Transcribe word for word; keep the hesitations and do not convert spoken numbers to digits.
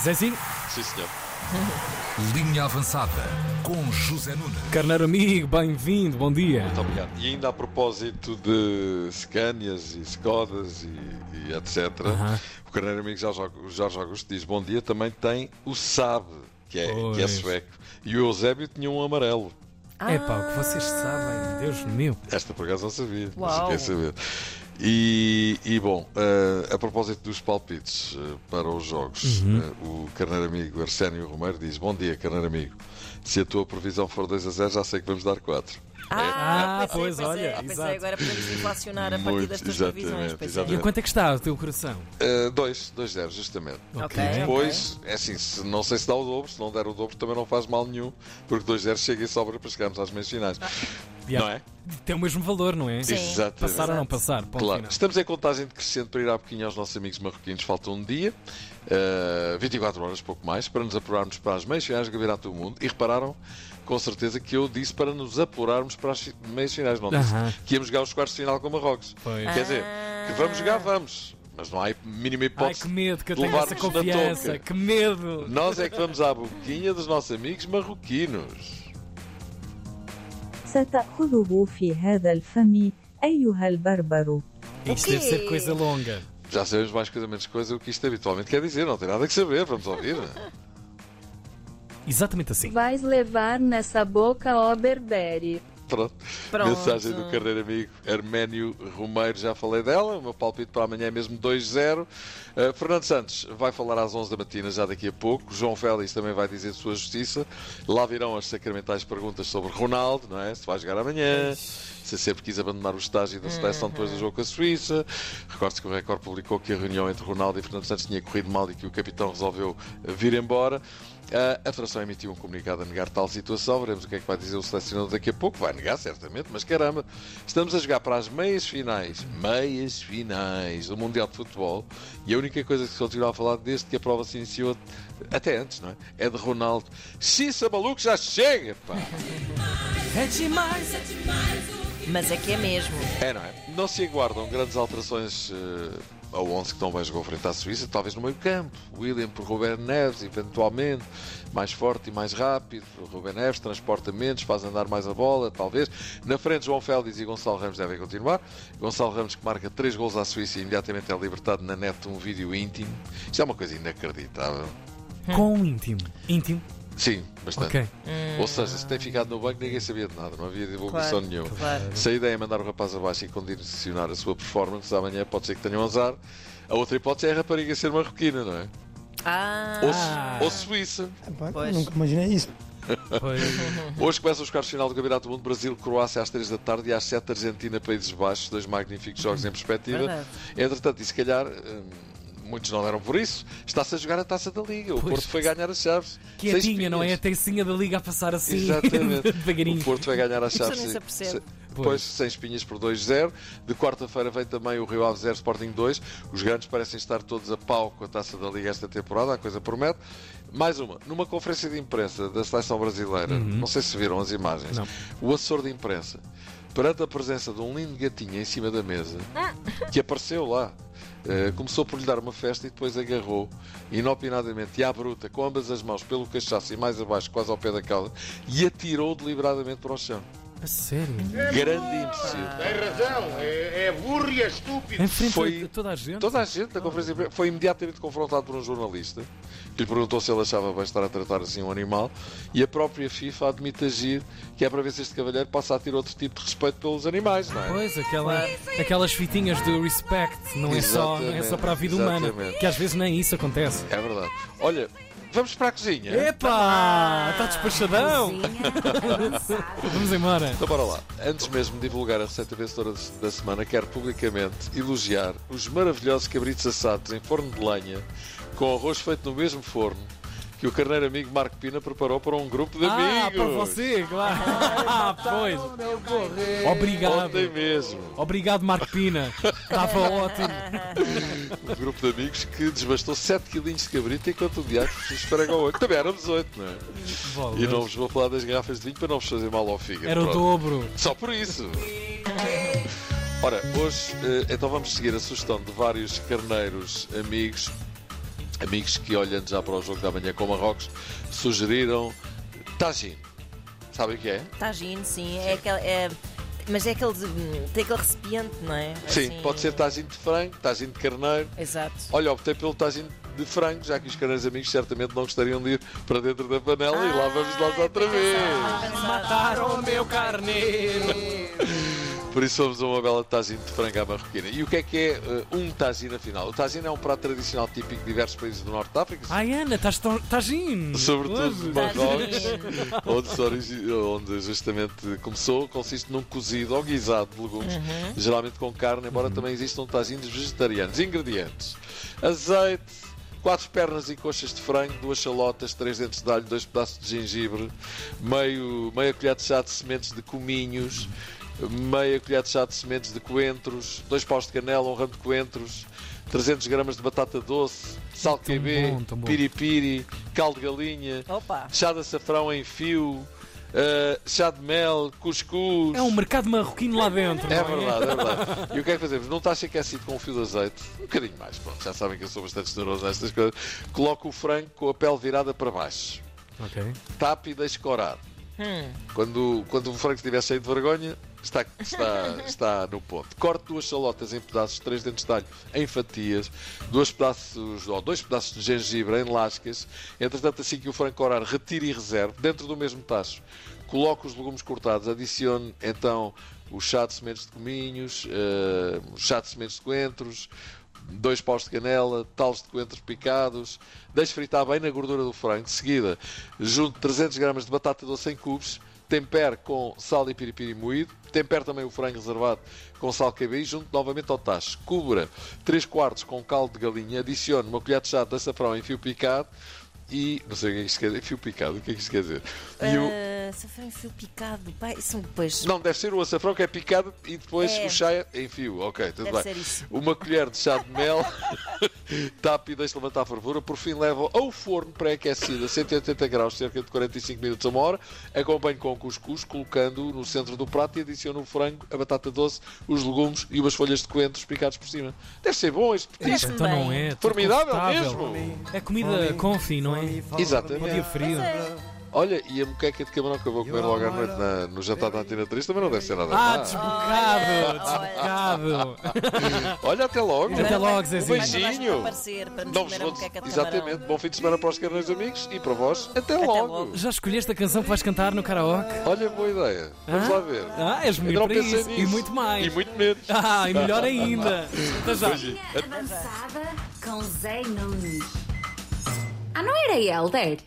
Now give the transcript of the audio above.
Zezinho? Sim, senhor. Linha Avançada com José Nunes. Carneiro amigo, bem-vindo, bom dia. Muito obrigado. E ainda a propósito de Scanias e Skodas e, e etcétera, uh-huh. o Carneiro amigo Jorge Augusto diz: bom dia, também tem o Saab, que é, que é sueco. E o Eusébio tinha um amarelo. Ah. É pá, o que vocês sabem, Deus meu. Esta por acaso não sabia, Uau. não saber. E, e bom, uh, a propósito dos palpites uh, para os jogos, uhum. uh, o Carneiro amigo Arsénio Romeiro diz: bom dia, Carneiro amigo. Se a tua previsão for dois a zero, já sei que vamos dar quatro. Ah, Ah, pois, pois, olha, é, pensei, exato. agora podemos inflacionar a partir Muito, das tuas exatamente, previsões. Pois é. exatamente. E quanto é que está o teu coração? Uh, dois, dois zero, justamente. Ok. Depois, é assim, se, não sei se dá o dobro, se não der o dobro também não faz mal nenhum, porque dois zero chega e sobra para chegarmos às meias finais. Yeah. Não é? Tem o mesmo valor, não é? Sim. Exatamente. Passar ou não passar, ponto Claro. final. Estamos em contagem decrescente para ir há pouquinho aos nossos amigos marroquinos. Falta um dia, uh, vinte e quatro horas, pouco mais, para nos apurarmos para as meias finais do Campeonato do Mundo. E repararam, com certeza, que eu disse para nos apurarmos para as meias finais. Não disse Uh-huh. que íamos jogar os quartos de final com Marrocos. Pois. Quer dizer, que vamos jogar, vamos. Mas não há mínima Ai, hipótese que medo que eu de tenho essa levarmos na confiança. touca. Que medo. Nós é que vamos à boquinha dos nossos amigos marroquinos. ستأخذه في هذا الفم أيها البربر. Isto deve ser coisa longa. Já sabemos mais coisa menos coisa o que isto habitualmente quer dizer. Não tem nada que saber, vamos ouvir. Exatamente assim. Vais levar nessa boca, ó Berbere. Pronto. Pronto. Mensagem do carneiro amigo Arménio Romeiro, já falei dela. O meu palpite para amanhã é mesmo dois zero. Uh, Fernando Santos vai falar às onze da matina, já daqui a pouco. João Félix também vai dizer sua justiça. Lá virão as sacramentais perguntas sobre Ronaldo, não é? Se vai jogar amanhã, se sempre quis abandonar o estágio da seleção depois do jogo com a Suíça. Recorde-se que o Record publicou que a reunião entre Ronaldo e Fernando Santos tinha corrido mal e que o capitão resolveu vir embora. Uh, a Federação emitiu um comunicado a negar tal situação. Veremos o que é que vai dizer o selecionador daqui a pouco. Vai negar, certamente, mas caramba, estamos a jogar para as meias finais, meias finais do Mundial de Futebol, e a única coisa que se continua a falar desde que a prova se iniciou, até antes, não é? É de Ronaldo. Xiça maluco, já chega, pá! É demais. Mas é que é mesmo. É, não é? Não se aguardam grandes alterações uh, ao onze que também jogou frente à Suíça, talvez no meio campo. William por Ruben Neves, eventualmente, mais forte e mais rápido. O Ruben Neves transporta menos, faz andar mais a bola, talvez. Na frente, João Félix e Gonçalo Ramos devem continuar. Gonçalo Ramos, que marca três gols à Suíça e imediatamente é libertado na net de um vídeo íntimo. Isto é uma coisa inacreditável. Com íntimo. Íntimo? Sim, bastante. Ok. Hum. Ou seja, se tem ficado no banco, ninguém sabia de nada, não havia divulgação Claro, nenhuma. claro. Se a ideia é mandar o rapaz abaixo e condicionar a sua performance, amanhã pode ser que tenham azar. A outra hipótese é a rapariga ser marroquina, não é? Ah, Ou, su- ou suíça. Epá, Pois. nunca imaginei isso. Pois. Hoje começam os quartos de final do Campeonato do Mundo. Brasil-Croácia às três da tarde e às sete Argentina-Países Baixos. Dois magníficos jogos em perspectiva. Verdade. Entretanto, e se calhar... hum, muitos não deram por isso. Está-se a jogar a Taça da Liga. O Pois. Porto foi ganhar as chaves. Quietinha, não é? A Seis pinhas. tercinha da liga a passar assim. Exatamente. Devagarinho. O Porto vai ganhar as Isso chaves. nem se apercebe. Se- Pois. Depois, sem espinhas por dois zero. De quarta-feira vem também o Rio Ave zero, Sporting dois. Os grandes parecem estar todos a pau com a Taça da Liga esta temporada. A coisa promete. Mais uma. Numa conferência de imprensa da Seleção Brasileira, Uhum. não sei se viram as imagens, Não. o assessor de imprensa, perante a presença de um lindo gatinho em cima da mesa, que apareceu lá, Uh, começou por lhe dar uma festa e depois agarrou inopinadamente e à bruta, com ambas as mãos pelo cachaço e mais abaixo, quase ao pé da cauda, e atirou deliberadamente para o chão. A sério? Grande imbecil. Tem razão, é, é burro e é estúpido. Em frente Foi- a toda a gente? Toda a gente na conferência de imprensa foi imediatamente confrontado por um jornalista que lhe perguntou se ele achava bem estar a tratar assim um animal, e a própria FIFA admite agir, que é para ver se este cavalheiro passa a ter outro tipo de respeito pelos animais, não é? Pois, aquela, aquelas fitinhas do respect, não é, só, não é só para a vida humana, Exatamente. que às vezes nem isso acontece. É verdade. Olha, vamos para a cozinha. Epá, está despachadão. Vamos embora. Então bora lá. Antes mesmo de divulgar a receita vencedora da semana, quero publicamente elogiar os maravilhosos cabritos assados em forno de lenha, com arroz feito no mesmo forno, que o carneiro amigo Marco Pina preparou para um grupo de Ah, amigos. para você, claro. Ah, pois. Obrigado. Ontem mesmo. Obrigado, Marco Pina. Estava ótimo. Um grupo de amigos que desbastou sete quilinhos de cabrito enquanto o diabo se esfrega ao olho. Também éramos oito, não é? E não vos vou falar das garrafas de vinho para não vos fazer mal ao fígado. Era o Pronto. dobro. Só por isso. Ora, hoje, eh, então vamos seguir a sugestão de vários carneiros amigos amigos que, olhando já para o jogo da manhã com Marrocos, sugeriram tagine. Sabem o que é? Tagine, sim. É aquele, é, mas é aquele. de- Tem aquele recipiente, não é? Sim, Assim- pode ser tagine de frango, tagine de carneiro. Exato. Olha, optei pelo tagine de frango, já que os carneiros amigos certamente não gostariam de ir para dentro da panela e lá vamos nós outra vez. Mataram o meu carneiro. Por isso somos uma bela tagine de frango à marroquina. E o que é que é uh, um tagine afinal? O tagine é um prato tradicional típico de diversos países do Norte de África, Ai, Ana, estás tão- estagine. sobretudo de Hoje. Marrocos, Tagine. onde, se origi- onde justamente começou. Consiste num cozido ou guisado de legumes, geralmente com carne, embora também existam tagines vegetarianos. Ingredientes: azeite, quatro pernas e coxas de frango, duas chalotas, três dentes de alho, dois pedaços de gengibre, meio, meia colher de chá de sementes de cominhos, meia colher de chá de sementes de coentros, dois paus de canela, um ramo de coentros, trezentos gramas de batata doce, sal Tão Q B, bom, tão bom. piripiri, caldo de galinha, Opa! chá de açafrão em fio, eh, chá de mel, cuscuz. É um mercado marroquino lá dentro. É não verdade, é verdade. E o que é que fazemos? Não está aquecido com um fio de azeite, um bocadinho mais, pronto, já sabem que eu sou bastante generoso nestas coisas. Coloco o frango com a pele virada para baixo, Ok. tape e deixe corar. Hum. Quando, quando o frango estiver cheio de vergonha, está, está, está no ponto. Corte duas chalotas em pedaços, três dentes de alho em fatias, dois pedaços, ou dois pedaços de gengibre em lascas. Entretanto, assim que o frango corar, retire e reserve dentro do mesmo tacho. Coloque os legumes cortados, adicione então o chá de sementes de cominhos, eh, o chá de sementes de coentros, dois paus de canela, talos de coentros picados, deixe fritar bem na gordura do frango. De seguida, junte trezentos gramas de batata doce em cubos, tempere com sal e piripiri moído, tempere também o frango reservado com sal Q B e junte novamente ao tacho. Cubra três quartos com caldo de galinha, adicione uma colher de chá de açafrão em fio picado e... não sei o que é que isto quer dizer. Fio picado, o que é que isto quer dizer? E o... Ah, Açafrão em fio picado. Pá, isso depois. Não, deve ser o açafrão que é picado e depois É. o chá é em fio. Ok, tudo Deve bem. ser isso. Uma colher de chá de mel, tape e deixe levantar a fervura. Por fim, leva ao forno pré-aquecido a cento e oitenta graus, cerca de quarenta e cinco minutos a uma hora. Acompanhe com cuscuz, colocando-o no centro do prato e adicione o frango, a batata doce, os legumes e umas folhas de coentros picados por cima. Deve ser bom este petisco. Parece-me Então não bem. é. tudo Formidável confortável. mesmo. É comida confi, não é? Exatamente. Um dia frio. Olha, e a moqueca de camarão que eu vou comer logo à noite na- no jantar da Antena três também não deve ser nada Ah, má. desbocado! Desbocado! Olha, até logo. Até logo, Um Zezinho. beijinho. Para aparecer, para nos Não comer vos a vou- moqueca de camarão. Exatamente. Bom fim de semana para os carneiros amigos e para vós. Até, Até logo. logo. Já escolheste a canção que vais cantar no karaoke? Olha, boa ideia. Vamos Ah? lá ver. Ah, és Ainda muito não para pensei isso. nisso. E muito mais. E muito menos. Ah, e melhor ainda. Até já. Avançada com Zé Nunes. Ah, não era Helder?